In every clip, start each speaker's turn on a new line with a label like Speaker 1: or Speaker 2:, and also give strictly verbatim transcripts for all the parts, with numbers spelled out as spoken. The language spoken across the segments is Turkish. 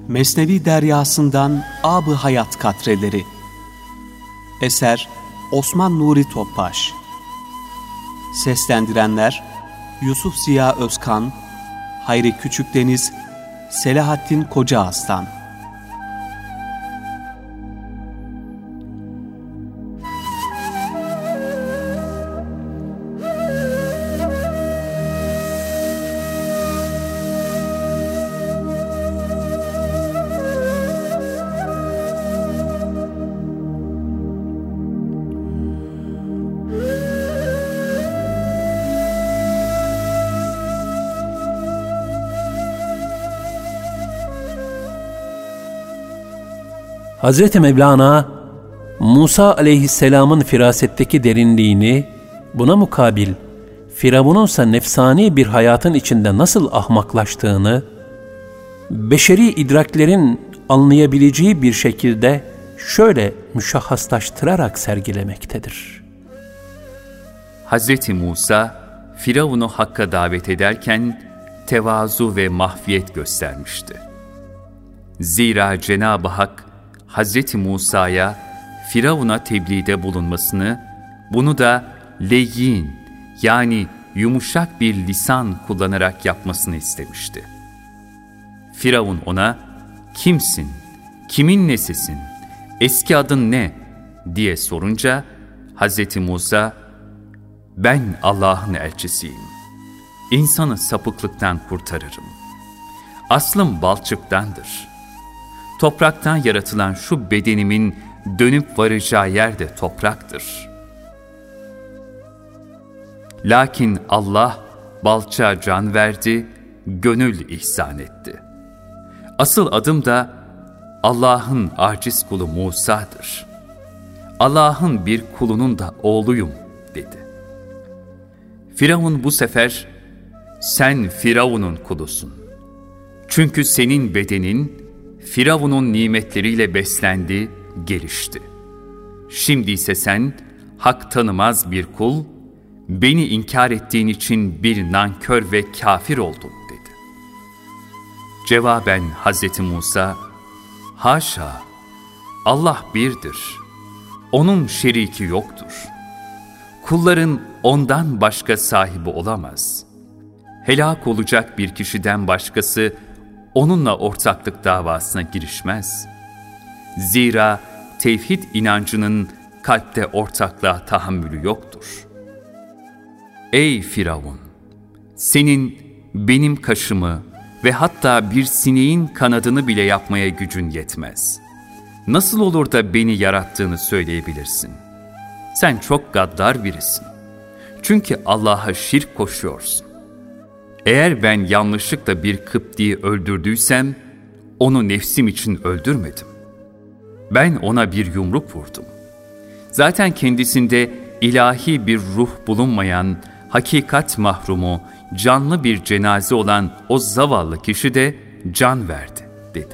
Speaker 1: Mesnevi Deryasından Ab-ı Hayat Katreleri. Eser Osman Nuri Topbaş. Seslendirenler Yusuf Ziya Özkan, Hayri Küçükdeniz, Selahattin Kocaaslan.
Speaker 2: Hazreti Mevlana, Musa aleyhisselamın firasetteki derinliğini, buna mukabil Firavun'unsa nefsani bir hayatın içinde nasıl ahmaklaştığını, beşeri idraklerin anlayabileceği bir şekilde şöyle müşahhaslaştırarak sergilemektedir.
Speaker 3: Hazreti Musa, Firavun'u Hakk'a davet ederken tevazu ve mahfiyet göstermişti. Zira Cenab-ı Hak, Hazreti Musa'ya Firavun'a tebliğde bulunmasını, bunu da leyyin yani yumuşak bir lisan kullanarak yapmasını istemişti. Firavun ona, "Kimsin? Kimin nesisin? Eski adın ne?" diye sorunca Hazreti Musa, "Ben Allah'ın elçisiyim. İnsanı sapıklıktan kurtarırım. Aslım balçıktandır. Topraktan yaratılan şu bedenimin dönüp varacağı yer de topraktır. Lakin Allah balçağa can verdi, gönül ihsan etti. Asıl adım da Allah'ın aciz kulu Musa'dır. Allah'ın bir kulunun da oğluyum," dedi. Firavun bu sefer, "Sen Firavun'un kulusun. Çünkü senin bedenin Firavun'un nimetleriyle beslendi, gelişti. Şimdi ise sen hak tanımaz bir kul, beni inkar ettiğin için bir nankör ve kafir oldun," dedi. Cevaben Hazreti Musa, "Haşa, Allah birdir. Onun şeriki yoktur. Kulların ondan başka sahibi olamaz. Helak olacak bir kişiden başkası onunla ortaklık davasına girişmez. Zira tevhid inancının kalpte ortaklığa tahammülü yoktur. Ey Firavun! Senin benim kaşımı ve hatta bir sineğin kanadını bile yapmaya gücün yetmez. Nasıl olur da beni yarattığını söyleyebilirsin? Sen çok gaddar birisin. Çünkü Allah'a şirk koşuyorsun. Eğer ben yanlışlıkla bir Kıpti'yi öldürdüysem, onu nefsim için öldürmedim. Ben ona bir yumruk vurdum. Zaten kendisinde ilahi bir ruh bulunmayan, hakikat mahrumu, canlı bir cenaze olan o zavallı kişi de can verdi," dedi.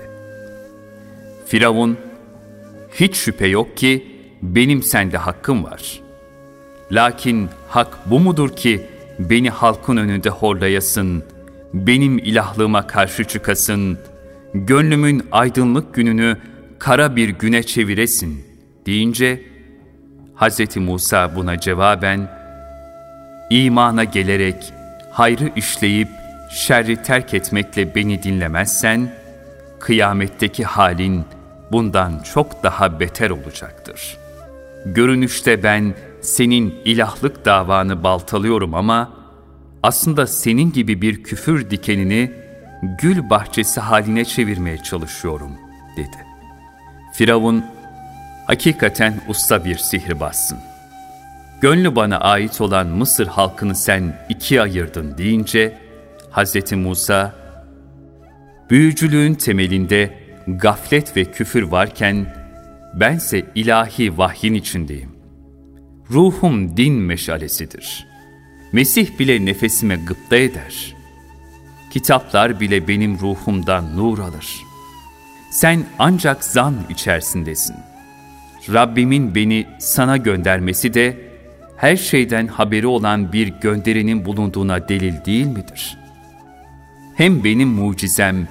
Speaker 3: Firavun, "Hiç şüphe yok ki benim sende hakkım var. Lakin hak bu mudur ki beni halkın önünde horlayasın, benim ilahlığıma karşı çıkasın, gönlümün aydınlık gününü kara bir güne çeviresin," deyince Hz. Musa buna cevaben, "İmana gelerek, hayrı işleyip, şerri terk etmekle beni dinlemezsen, kıyametteki halin bundan çok daha beter olacaktır. Görünüşte ben senin ilahlık davanı baltalıyorum ama aslında senin gibi bir küfür dikenini gül bahçesi haline çevirmeye çalışıyorum," dedi. Firavun, "Hakikaten usta bir sihirbazsın. Gönlü bana ait olan Mısır halkını sen ikiye ayırdın," deyince Hz. Musa, "Büyücülüğün temelinde gaflet ve küfür varken bense ilahi vahyin içindeyim. Ruhum din meşalesidir. Mesih bile nefesime gıpta eder. Kitaplar bile benim ruhumdan nur alır. Sen ancak zan içerisindesin. Rabbimin beni sana göndermesi de her şeyden haberi olan bir gönderinin bulunduğuna delil değil midir? Hem benim mucizem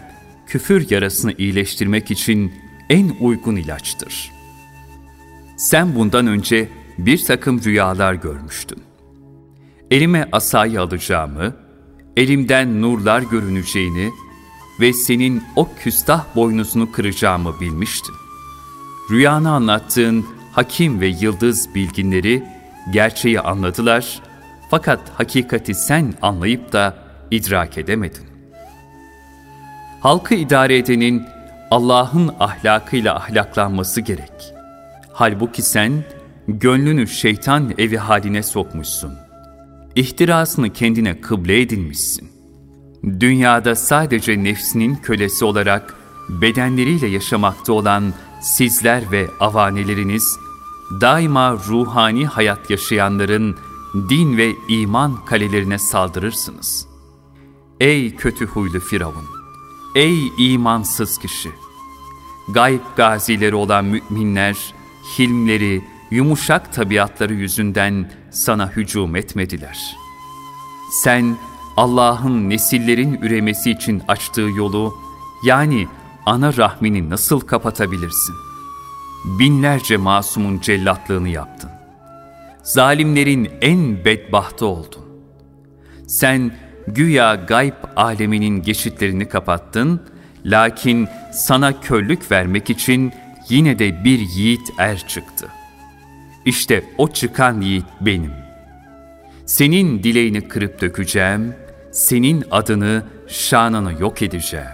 Speaker 3: küfür yarasını iyileştirmek için en uygun ilaçtır. Sen bundan önce bir takım rüyalar görmüştün. Elime asayı alacağımı, elimden nurlar görüneceğini ve senin o küstah boynuzunu kıracağımı bilmiştin. Rüyanı anlattığın hakim ve yıldız bilginleri gerçeği anladılar, fakat hakikati sen anlayıp da idrak edemedin. Halkı idare edenin Allah'ın ahlakıyla ahlaklanması gerek. Halbuki sen gönlünü şeytan evi haline sokmuşsun. İhtirasını kendine kıble edinmişsin. Dünyada sadece nefsinin kölesi olarak bedenleriyle yaşamakta olan sizler ve avaneleriniz, daima ruhani hayat yaşayanların din ve iman kalelerine saldırırsınız. Ey kötü huylu Firavun! Ey imansız kişi! Gayb gazileri olan müminler, hilmleri, yumuşak tabiatları yüzünden sana hücum etmediler. Sen Allah'ın nesillerin üremesi için açtığı yolu, yani ana rahmini nasıl kapatabilirsin? Binlerce masumun cellatlığını yaptın. Zalimlerin en bedbahtı oldun. Sen güya gayb aleminin geçitlerini kapattın, lakin sana körlük vermek için yine de bir yiğit er çıktı. İşte o çıkan yiğit benim. Senin dileğini kırıp dökeceğim, senin adını, şanını yok edeceğim.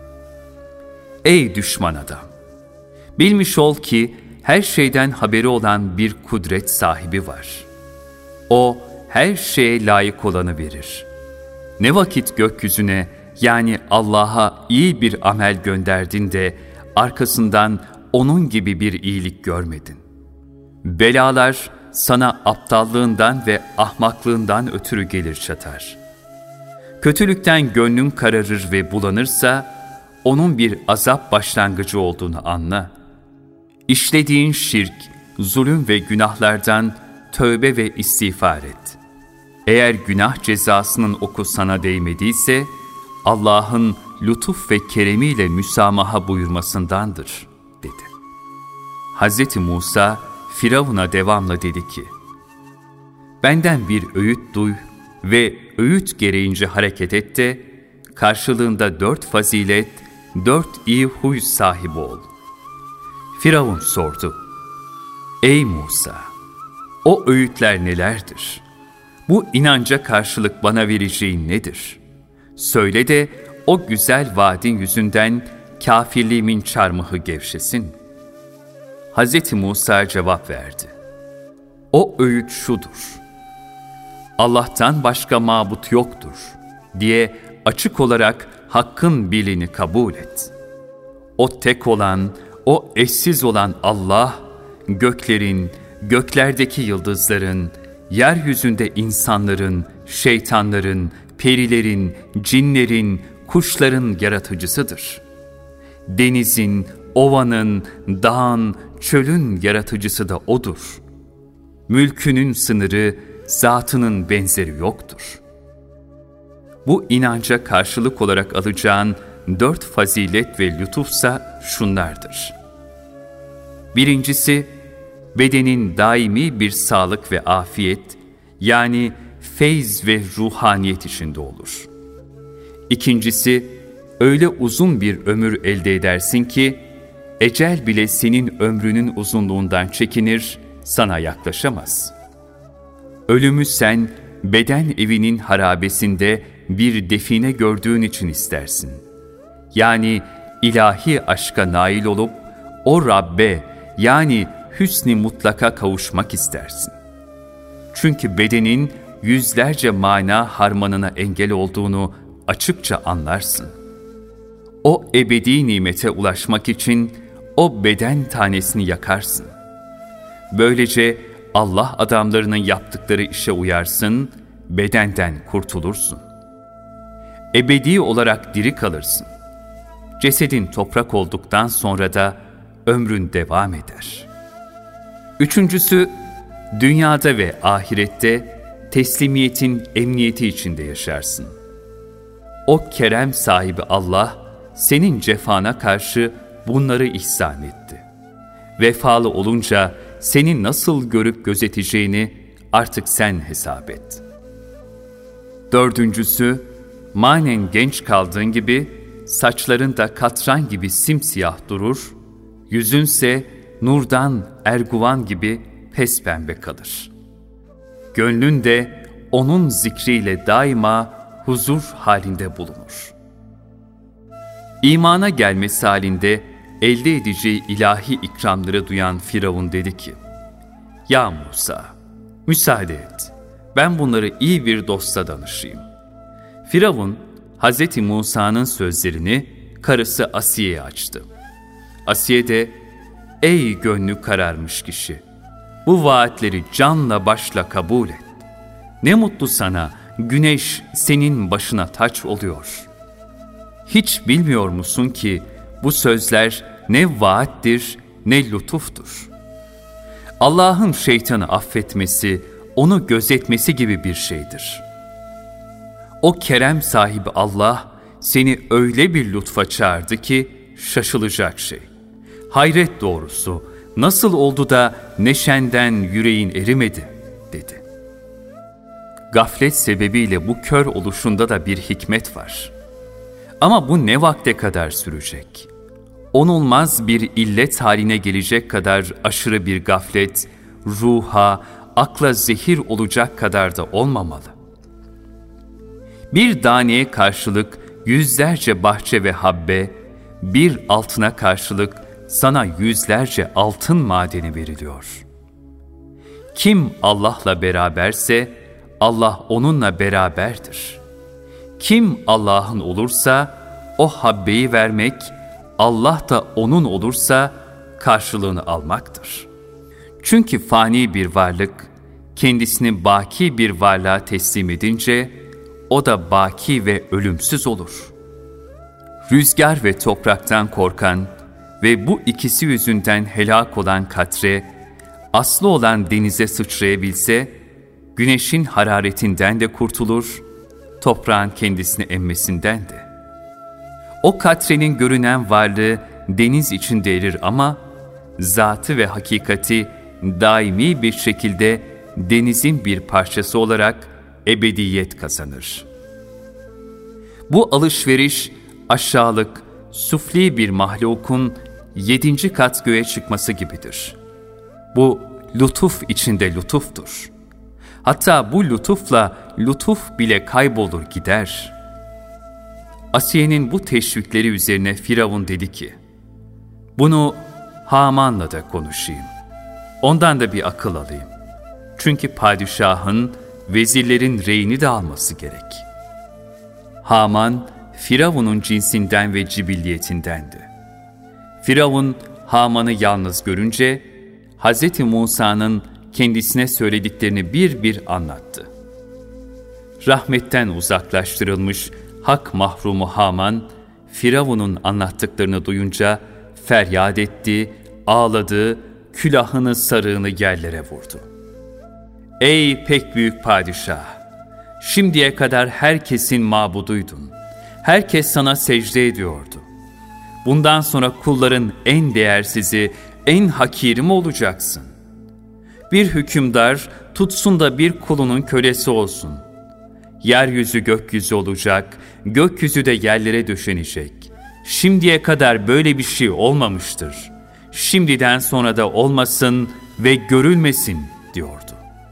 Speaker 3: Ey düşman adam! Bilmiş ol ki her şeyden haberi olan bir kudret sahibi var. O her şeye layık olanı verir. Ne vakit gökyüzüne, yani Allah'a iyi bir amel gönderdin de arkasından onun gibi bir iyilik görmedin. Belalar sana aptallığından ve ahmaklığından ötürü gelir çatar. Kötülükten gönlün kararır ve bulanırsa, onun bir azap başlangıcı olduğunu anla. İşlediğin şirk, zulüm ve günahlardan tövbe ve istiğfar et. Eğer günah cezasının oku sana değmediyse, Allah'ın lütuf ve keremiyle müsamaha buyurmasındandır, dedi. Hz. Musa, Firavun'a devamla dedi ki, benden bir öğüt duy ve öğüt gereğince hareket et de, karşılığında dört fazilet, dört iyi huy sahibi ol. Firavun sordu, ey Musa, o öğütler nelerdir? Bu inanca karşılık bana vereceğin nedir? Söyle de o güzel vaadin yüzünden kafirliğimin çarmıhı gevşesin. Hz. Musa cevap verdi. O öğüt şudur: Allah'tan başka mabut yoktur diye açık olarak hakkın birliğini kabul et. O tek olan, o eşsiz olan Allah, göklerin, göklerdeki yıldızların, yeryüzünde insanların, şeytanların, perilerin, cinlerin, kuşların yaratıcısıdır. Denizin, ovanın, dağın, çölün yaratıcısı da O'dur. Mülkünün sınırı, zatının benzeri yoktur. Bu inanca karşılık olarak alacağın dört fazilet ve lütufsa şunlardır. Birincisi, bedenin daimi bir sağlık ve afiyet, yani feyz ve ruhaniyet içinde olur. İkincisi, öyle uzun bir ömür elde edersin ki, ecel bile senin ömrünün uzunluğundan çekinir, sana yaklaşamaz. Ölümü sen, beden evinin harabesinde bir define gördüğün için istersin. Yani ilahi aşka nail olup, o Rabbe, yani hüsn-i mutlaka kavuşmak istersin. Çünkü bedenin yüzlerce mana harmanına engel olduğunu açıkça anlarsın. O ebedi nimete ulaşmak için o beden tanesini yakarsın. Böylece Allah adamlarının yaptıkları işe uyarsın, bedenden kurtulursun. Ebedi olarak diri kalırsın. Cesedin toprak olduktan sonra da ömrün devam eder. Üçüncüsü, dünyada ve ahirette teslimiyetin emniyeti içinde yaşarsın. O kerem sahibi Allah, senin cefana karşı bunları ihsan etti. Vefalı olunca seni nasıl görüp gözeteceğini artık sen hesap et. Dördüncüsü, manen genç kaldığın gibi saçların da katran gibi simsiyah durur, yüzünse nurdan erguvan gibi pespembe kalır. Gönlün de onun zikriyle daima huzur halinde bulunur. İmana gelmesi halinde elde edeceği ilahi ikramları duyan Firavun dedi ki, "Ya Musa, müsaade et, ben bunları iyi bir dosta danışayım." Firavun, Hz. Musa'nın sözlerini karısı Asiye'ye açtı. Asiye de, "Ey gönlü kararmış kişi, bu vaatleri canla başla kabul et. Ne mutlu sana, güneş senin başına taç oluyor. Hiç bilmiyor musun ki bu sözler ne vaattir ne lütuftur. Allah'ın şeytanı affetmesi, onu gözetmesi gibi bir şeydir. O kerem sahibi Allah seni öyle bir lütfa çağırdı ki şaşılacak şey. Hayret doğrusu, nasıl oldu da neşenden yüreğin erimedi?" dedi. Gaflet sebebiyle bu kör oluşunda da bir hikmet var. Ama bu ne vakte kadar sürecek? Onulmaz bir illet haline gelecek kadar aşırı bir gaflet, ruha, akla zehir olacak kadar da olmamalı. Bir daneye karşılık yüzlerce bahçe ve habbe, bir altına karşılık sana yüzlerce altın madeni veriliyor. Kim Allah'la beraberse, Allah onunla beraberdir. Kim Allah'ın olursa, o habbeyi vermek, Allah da onun olursa karşılığını almaktır. Çünkü fani bir varlık, kendisini baki bir varlığa teslim edince, o da baki ve ölümsüz olur. Rüzgar ve topraktan korkan ve bu ikisi yüzünden helak olan katre, aslı olan denize sıçrayabilse, güneşin hararetinden de kurtulur, toprağın kendisini emmesinden de. O katrenin görünen varlığı deniz içinde erir ama, zatı ve hakikati daimi bir şekilde denizin bir parçası olarak ebediyet kazanır. Bu alışveriş aşağılık, sufli bir mahlukun yedinci kat göğe çıkması gibidir. Bu lütuf içinde lütuftur. Hatta bu lütufla lütuf bile kaybolur gider. Asiye'nin bu teşvikleri üzerine Firavun dedi ki, "Bunu Haman'la da konuşayım. Ondan da bir akıl alayım. Çünkü padişahın, vezirlerin reyini de alması gerek." Haman, Firavun'un cinsinden ve cibilliyetindendi. Firavun, Haman'ı yalnız görünce, Hz. Musa'nın kendisine söylediklerini bir bir anlattı. Rahmetten uzaklaştırılmış, hak mahrumu Haman, Firavun'un anlattıklarını duyunca feryat etti, ağladı, külahını sarığını yerlere vurdu. "Ey pek büyük padişah! Şimdiye kadar herkesin mabuduydun. Herkes sana secde ediyordu. Bundan sonra kulların en değersizi, en hakiri mi olacaksın? Bir hükümdar tutsun da bir kulunun kölesi olsun. Yeryüzü gökyüzü olacak, gökyüzü de yerlere döşenecek. Şimdiye kadar böyle bir şey olmamıştır. Şimdiden sonra da olmasın ve görülmesin," diyordu.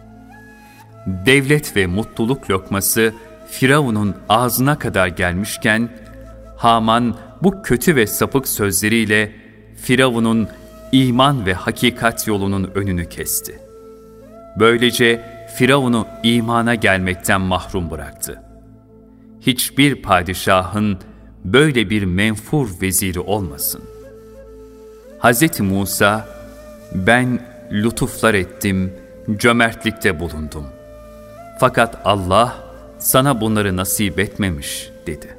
Speaker 3: Devlet ve mutluluk lokması Firavun'un ağzına kadar gelmişken, Haman bu kötü ve sapık sözleriyle Firavun'un iman ve hakikat yolunun önünü kesti. Böylece Firavun'u imana gelmekten mahrum bıraktı. Hiçbir padişahın böyle bir menfur veziri olmasın. Hz. Musa, "Ben lütuflar ettim, cömertlikte bulundum. Fakat Allah sana bunları nasip etmemiş," dedi.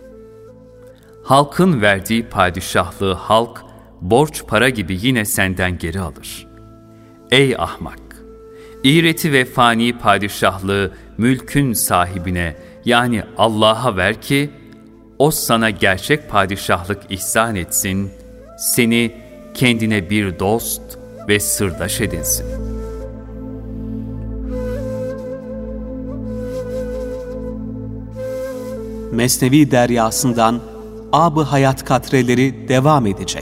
Speaker 3: Halkın verdiği padişahlığı halk, borç para gibi yine senden geri alır. Ey ahmak! İğreti ve fani padişahlığı mülkün sahibine, yani Allah'a ver ki, o sana gerçek padişahlık ihsan etsin, seni kendine bir dost ve sırdaş edinsin.
Speaker 1: Mesnevi deryasından Ab-ı Hayat katreleri devam edecek.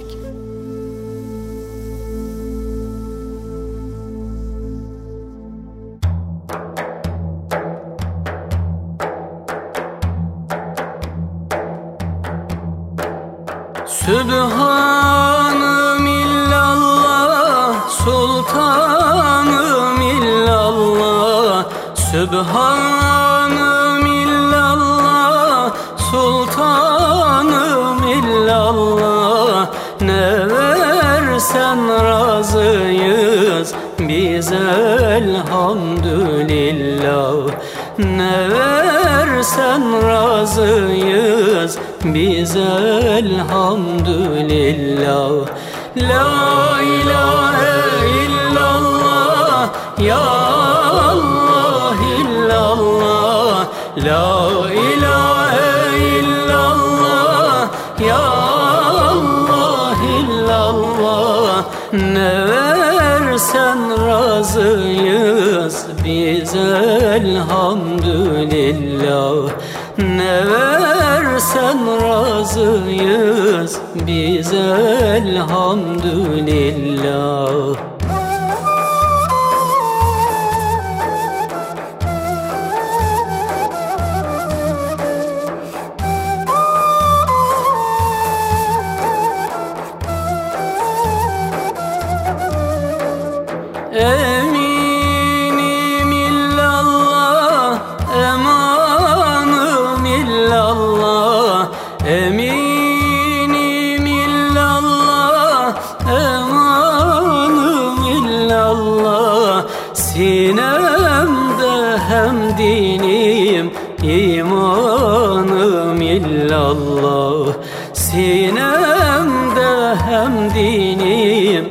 Speaker 4: Sübhanım illallah, sultanım illallah. Sübhanım illallah, sultanım illallah. Ne versen razıyız biz elhamdülillah. Ne versen razıyız biz elhamdülillah. La ilahe illallah, ya Allah illallah. La ilahe illallah, ya Allah illallah. Ne versen razıyız biz elhamdülillah. Ne versen razıyız biz elhamdülillah. Eminim illallah, emanım illallah. Eminim illallah, emanım illallah. Sinemde hem dinim, imanım illallah. Sinemde hem dinim,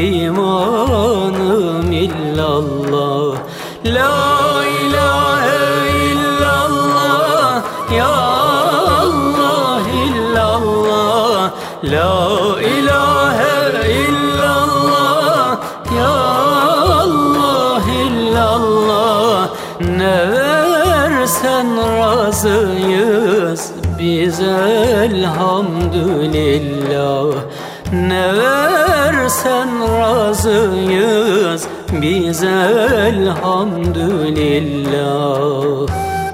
Speaker 4: imanım illallah. La ilahe illallah, ya Allah illallah. La ilahe illallah, ya Allah illallah. Ne versen razıyız biz elhamdülillah. Ne versen razıyız biz elhamdülillah.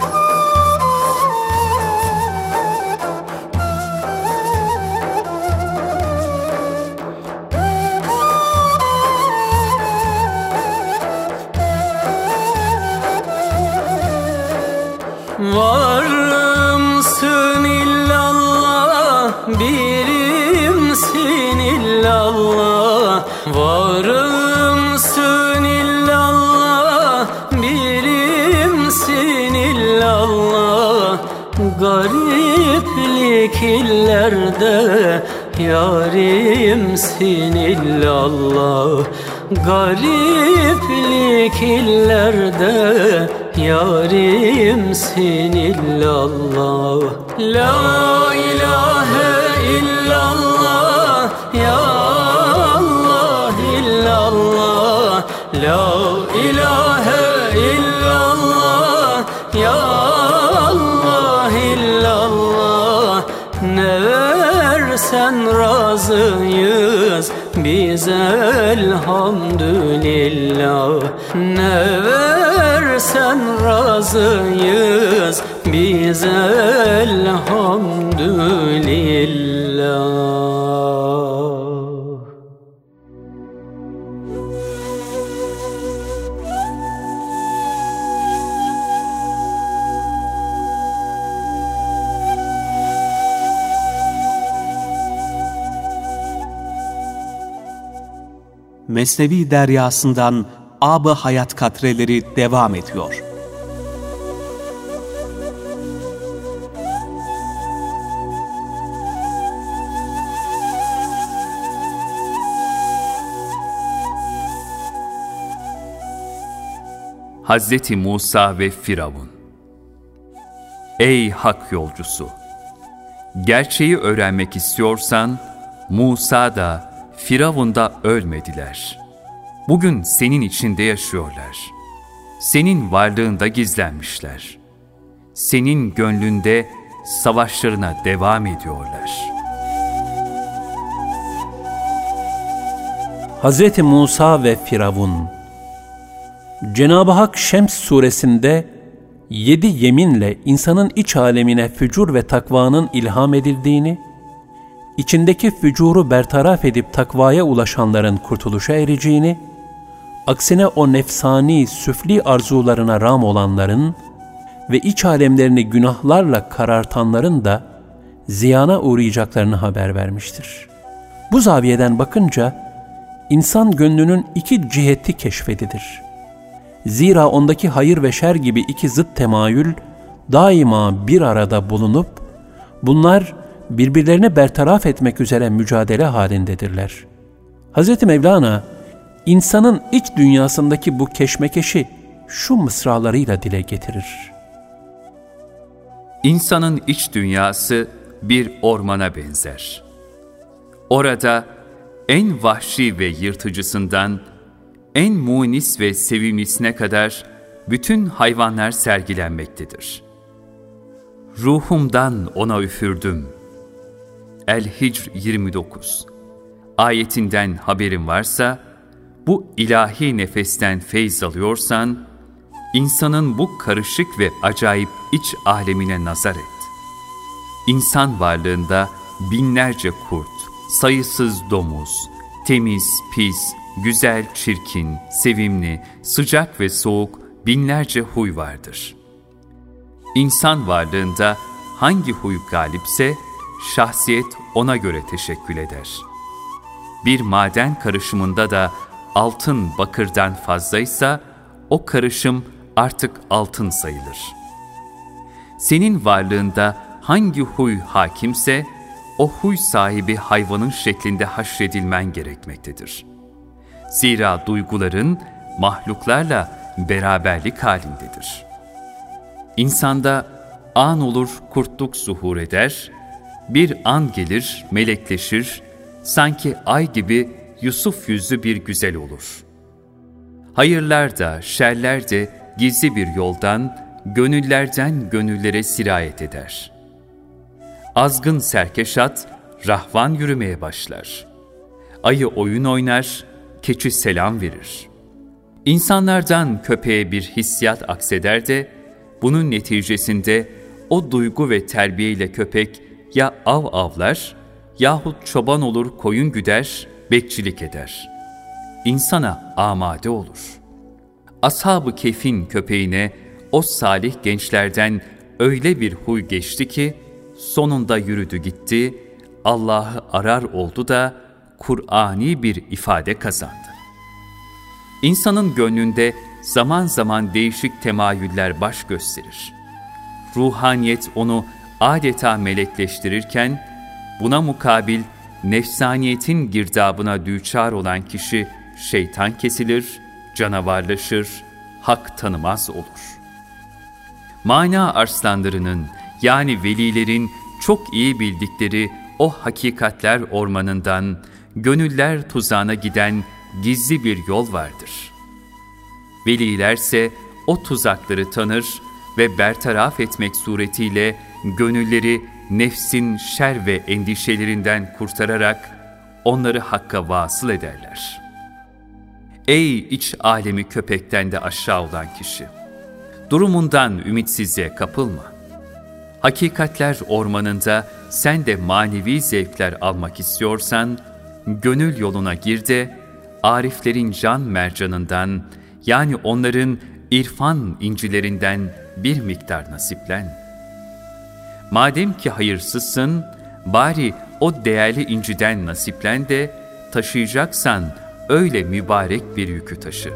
Speaker 4: Varımsın illallah, birimsin illallah. Varımsın illallah, birimsin illallah. Gariplik illerde yarimsin illallah. Gariplik illerde yarimsin illallah. La ilahe illallah, ya Allah illallah. La ilahe illallah, ya Allah illallah. Ne versen razıyız biz elhamdülillah. Ne versen razıyız biz elhamdülillah.
Speaker 1: Mesnevi deryasından Ab-ı Hayat katreleri devam ediyor.
Speaker 3: Hazreti Musa ve Firavun. Ey hak yolcusu! Gerçeği öğrenmek istiyorsan, Musa da, Firavun da ölmediler. Bugün senin içinde yaşıyorlar. Senin varlığında gizlenmişler. Senin gönlünde savaşlarına devam ediyorlar.
Speaker 2: Hazreti Musa ve Firavun. Cenab-ı Hak Şems suresinde yedi yeminle insanın iç alemine fücur ve takvanın ilham edildiğini, içindeki fücuru bertaraf edip takvaya ulaşanların kurtuluşa ereceğini, aksine o nefsani, süfli arzularına rağm olanların ve iç alemlerini günahlarla karartanların da ziyana uğrayacaklarını haber vermiştir. Bu zaviyeden bakınca, insan gönlünün iki ciheti keşfedilir. Zira ondaki hayır ve şer gibi iki zıt temayül daima bir arada bulunup, bunlar birbirlerini bertaraf etmek üzere mücadele halindedirler. Hz. Mevlana, insanın iç dünyasındaki bu keşmekeşi şu mısralarıyla dile getirir.
Speaker 3: İnsanın iç dünyası bir ormana benzer. Orada en vahşi ve yırtıcısından en munis ve sevimlisine kadar bütün hayvanlar sergilenmektedir. Ruhumdan ona üfürdüm. El-Hicr yirmi dokuz. Ayetinden haberin varsa, bu ilahi nefesten feyz alıyorsan, insanın bu karışık ve acayip iç alemine nazar et. İnsan varlığında binlerce kurt, sayısız domuz, temiz, pis, güzel, çirkin, sevimli, sıcak ve soğuk binlerce huy vardır. İnsan varlığında hangi huy galipse, şahsiyet ona göre teşekkül eder. Bir maden karışımında da altın bakırdan fazlaysa, o karışım artık altın sayılır. Senin varlığında hangi huy hakimse, o huy sahibi hayvanın şeklinde haşredilmen gerekmektedir. Zira duyguların mahluklarla beraberlik halindedir. İnsanda an olur kurtluk zuhur eder, bir an gelir melekleşir, sanki ay gibi Yusuf yüzlü bir güzel olur. Hayırlar da şerler de gizli bir yoldan, gönüllerden gönüllere sirayet eder. Azgın serkeşat, rahvan yürümeye başlar. Ayı oyun oynar, keçi selam verir. İnsanlardan köpeğe bir hissiyat akseder de, bunun neticesinde o duygu ve terbiyeyle köpek ya av avlar, yahut çoban olur koyun güder, bekçilik eder. İnsana amade olur. Ashab-ı Kehf'in köpeğine o salih gençlerden öyle bir huy geçti ki, sonunda yürüdü gitti, Allah'ı arar oldu da Kur'ani bir ifade kazandı. İnsanın gönlünde zaman zaman değişik temayüller baş gösterir. Ruhaniyet onu adeta melekleştirirken, buna mukabil nefsaniyetin girdabına düçar olan kişi şeytan kesilir, canavarlaşır, hak tanımaz olur. Mana arslanlarının yani velilerin çok iyi bildikleri o hakikatler ormanından, gönüller tuzağına giden gizli bir yol vardır. Velilerse o tuzakları tanır ve bertaraf etmek suretiyle gönülleri nefsin şer ve endişelerinden kurtararak onları hakka vasıl ederler. Ey iç alemi köpekten de aşağı olan kişi! Durumundan ümitsizliğe kapılma. Hakikatler ormanında sen de manevi zevkler almak istiyorsan, gönül yoluna gir de, ariflerin can mercanından, yani onların irfan incilerinden bir miktar nasiplen. Madem ki hayırsızsın, bari o değerli inciden nasiplen de, taşıyacaksan öyle mübarek bir yükü taşı.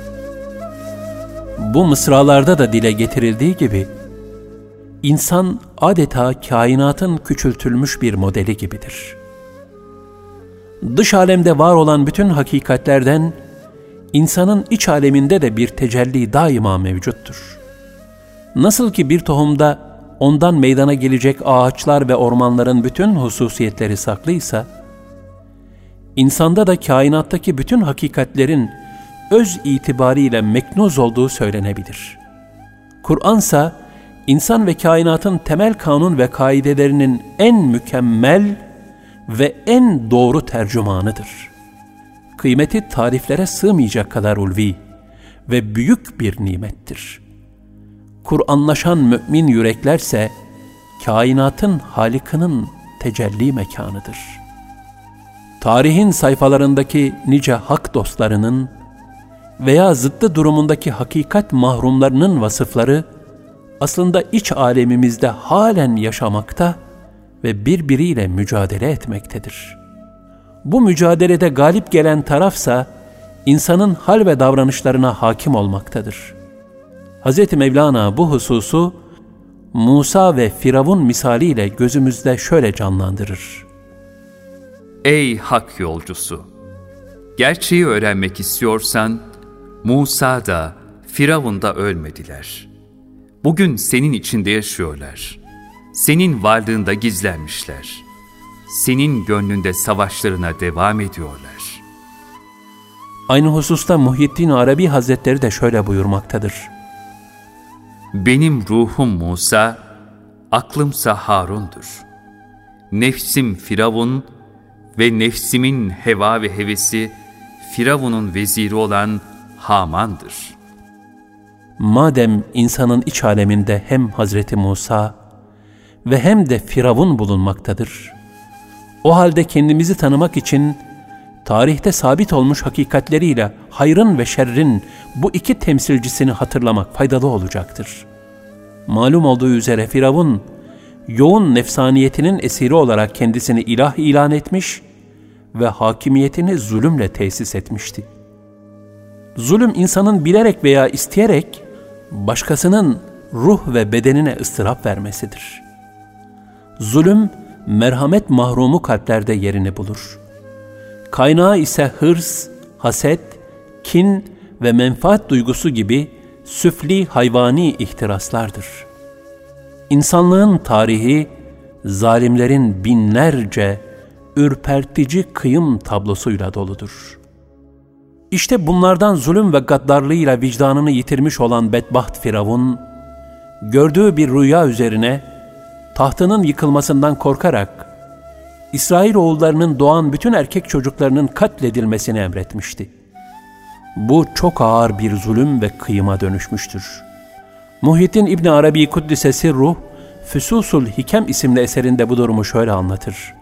Speaker 2: Bu mısralarda da dile getirildiği gibi, İnsan adeta kainatın küçültülmüş bir modeli gibidir. Dış alemde var olan bütün hakikatlerden, insanın iç aleminde de bir tecelli daima mevcuttur. Nasıl ki bir tohumda ondan meydana gelecek ağaçlar ve ormanların bütün hususiyetleri saklıysa, insanda da kainattaki bütün hakikatlerin öz itibariyle meknuz olduğu söylenebilir. Kur'ansa, insan ve kainatın temel kanun ve kaidelerinin en mükemmel ve en doğru tercümanıdır. Kıymeti tariflere sığmayacak kadar ulvi ve büyük bir nimettir. Kur'anlaşan mümin yüreklerse, kainatın Halık'ının tecelli mekanıdır. Tarihin sayfalarındaki nice hak dostlarının veya zıttı durumundaki hakikat mahrumlarının vasıfları, aslında iç alemimizde halen yaşamakta ve birbiriyle mücadele etmektedir. Bu mücadelede galip gelen tarafsa, insanın hal ve davranışlarına hakim olmaktadır. Hz. Mevlana bu hususu, Musa ve Firavun misaliyle gözümüzde şöyle canlandırır.
Speaker 3: Ey hak yolcusu! Gerçeği öğrenmek istiyorsan, Musa da, Firavun da ölmediler. Bugün senin içinde yaşıyorlar. Senin varlığında gizlenmişler. Senin gönlünde savaşlarına devam ediyorlar.
Speaker 2: Aynı hususta Muhyiddin Arabi Hazretleri de şöyle buyurmaktadır.
Speaker 3: Benim ruhum Musa, aklımsa Harun'dur. Nefsim Firavun ve nefsimin heva ve hevesi Firavun'un veziri olan Haman'dır.
Speaker 2: Madem insanın iç aleminde hem Hazreti Musa ve hem de Firavun bulunmaktadır, o halde kendimizi tanımak için tarihte sabit olmuş hakikatleriyle hayrın ve şerrin bu iki temsilcisini hatırlamak faydalı olacaktır. Malum olduğu üzere Firavun, yoğun nefsaniyetinin esiri olarak kendisini ilah ilan etmiş ve hakimiyetini zulümle tesis etmişti. Zulüm, insanın bilerek veya isteyerek başkasının ruh ve bedenine ıstırap vermesidir. Zulüm, merhamet mahrumu kalplerde yerini bulur. Kaynağı ise hırs, haset, kin ve menfaat duygusu gibi süfli hayvani ihtiraslardır. İnsanlığın tarihi, zalimlerin binlerce ürpertici kıyım tablosuyla doludur. İşte bunlardan zulüm ve gaddarlığıyla vicdanını yitirmiş olan bedbaht Firavun, gördüğü bir rüya üzerine tahtının yıkılmasından korkarak İsrailoğullarının doğan bütün erkek çocuklarının katledilmesini emretmişti. Bu çok ağır bir zulüm ve kıyıma dönüşmüştür. Muhyiddin İbn Arabi Kuddise Sirruh, Füsusul Hikem isimli eserinde bu durumu şöyle anlatır.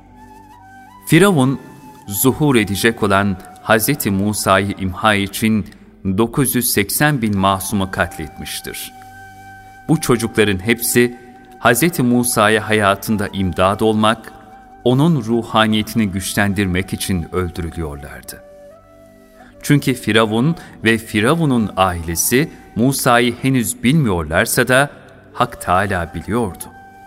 Speaker 3: Firavun, zuhur edecek olan Hz. Musa'yı imha için dokuz yüz seksen bin masumu katletmiştir. Bu çocukların hepsi Hz. Musa'ya hayatında imdad olmak, onun ruhaniyetini güçlendirmek için öldürülüyorlardı. Çünkü Firavun ve Firavun'un ailesi Musa'yı henüz bilmiyorlarsa da Hak Teâlâ biliyordu.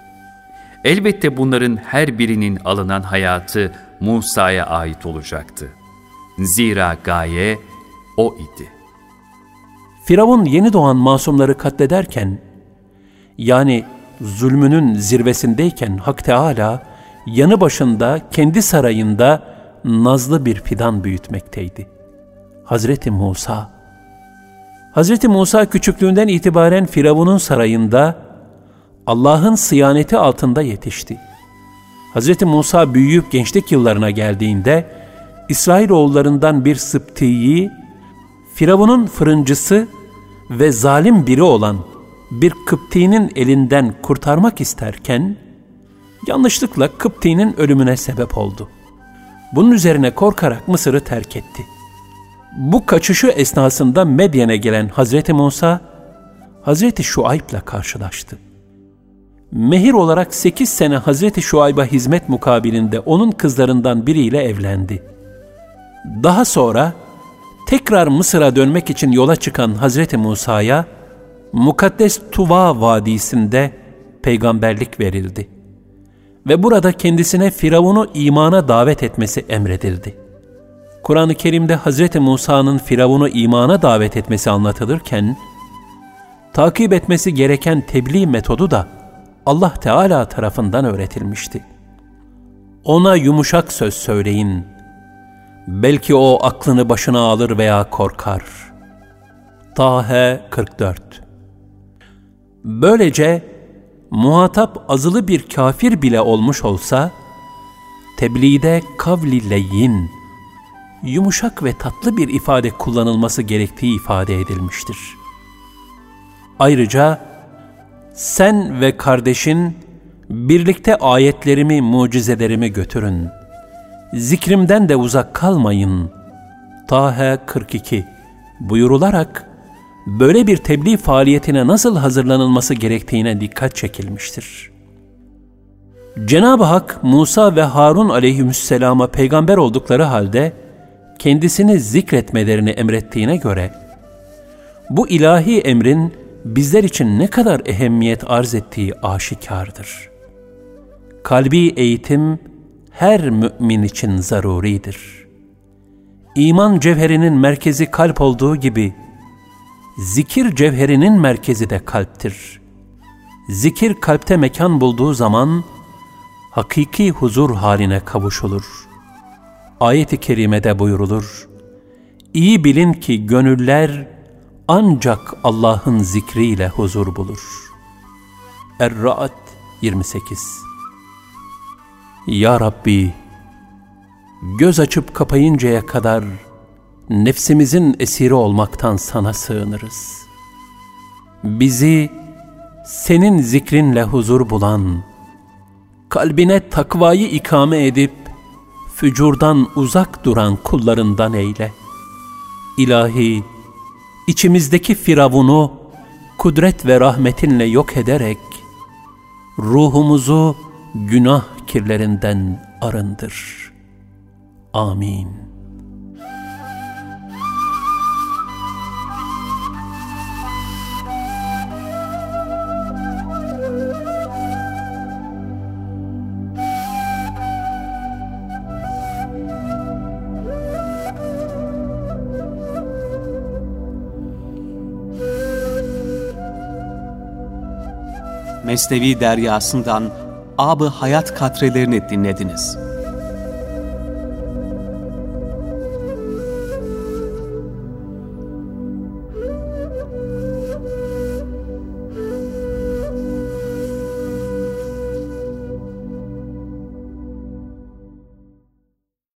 Speaker 3: Elbette bunların her birinin alınan hayatı Musa'ya ait olacaktı. Zira gaye o idi.
Speaker 2: Firavun yeni doğan masumları katlederken, yani zulmünün zirvesindeyken Hak Teâlâ, yanı başında kendi sarayında nazlı bir fidan büyütmekteydi. Hazreti Musa. Hazreti Musa küçüklüğünden itibaren Firavun'un sarayında Allah'ın sıyaneti altında yetişti. Hazreti Musa büyüyüp gençlik yıllarına geldiğinde İsrailoğullarından bir Sıbti'yi Firavun'un fırıncısı ve zalim biri olan bir Kıpti'nin elinden kurtarmak isterken yanlışlıkla Kıpti'nin ölümüne sebep oldu. Bunun üzerine korkarak Mısır'ı terk etti. Bu kaçışı esnasında Medyen'e gelen Hazreti Musa, Hazreti Şuayb'la karşılaştı. Mehir olarak sekiz sene Hazreti Şuayb'a hizmet mukabilinde onun kızlarından biriyle evlendi. Daha sonra tekrar Mısır'a dönmek için yola çıkan Hazreti Musa'ya Mukaddes Tuva Vadisi'nde peygamberlik verildi. Ve burada kendisine Firavun'u imana davet etmesi emredildi. Kur'an-ı Kerim'de Hazreti Musa'nın Firavun'u imana davet etmesi anlatılırken, takip etmesi gereken tebliğ metodu da Allah Teala tarafından öğretilmişti. Ona yumuşak söz söyleyin. Belki o aklını başına alır veya korkar. Taha kırk dört. Böylece muhatap azılı bir kafir bile olmuş olsa, tebliğde kavli leyyin, yumuşak ve tatlı bir ifade kullanılması gerektiği ifade edilmiştir. Ayrıca sen ve kardeşin birlikte ayetlerimi, mucizelerimi götürün. Zikrimden de uzak kalmayın. Taha kırk iki buyurularak böyle bir tebliğ faaliyetine nasıl hazırlanılması gerektiğine dikkat çekilmiştir. Cenab-ı Hak Musa ve Harun aleyhisselama peygamber oldukları halde kendisini zikretmelerini emrettiğine göre bu ilahi emrin bizler için ne kadar ehemmiyet arz ettiği aşikardır. Kalbi eğitim her mümin için zaruridir. İman cevherinin merkezi kalp olduğu gibi zikir cevherinin merkezi de kalptir. Zikir kalpte mekan bulduğu zaman hakiki huzur haline kavuşulur. Ayet-i kerimede buyurulur: İyi bilin ki gönüller ancak Allah'ın zikriyle huzur bulur. Er-Ra'd yirmi sekiz. Ya Rabbi, göz açıp kapayıncaya kadar nefsimizin esiri olmaktan sana sığınırız. Bizi senin zikrinle huzur bulan, kalbine takvayı ikame edip fücurdan uzak duran kullarından eyle. İlahi, içimizdeki firavunu kudret ve rahmetinle yok ederek ruhumuzu günah kirlerinden arındır. Amin.
Speaker 1: Mesnevi Deryası'ndan Ab-ı Hayat katrelerini dinlediniz.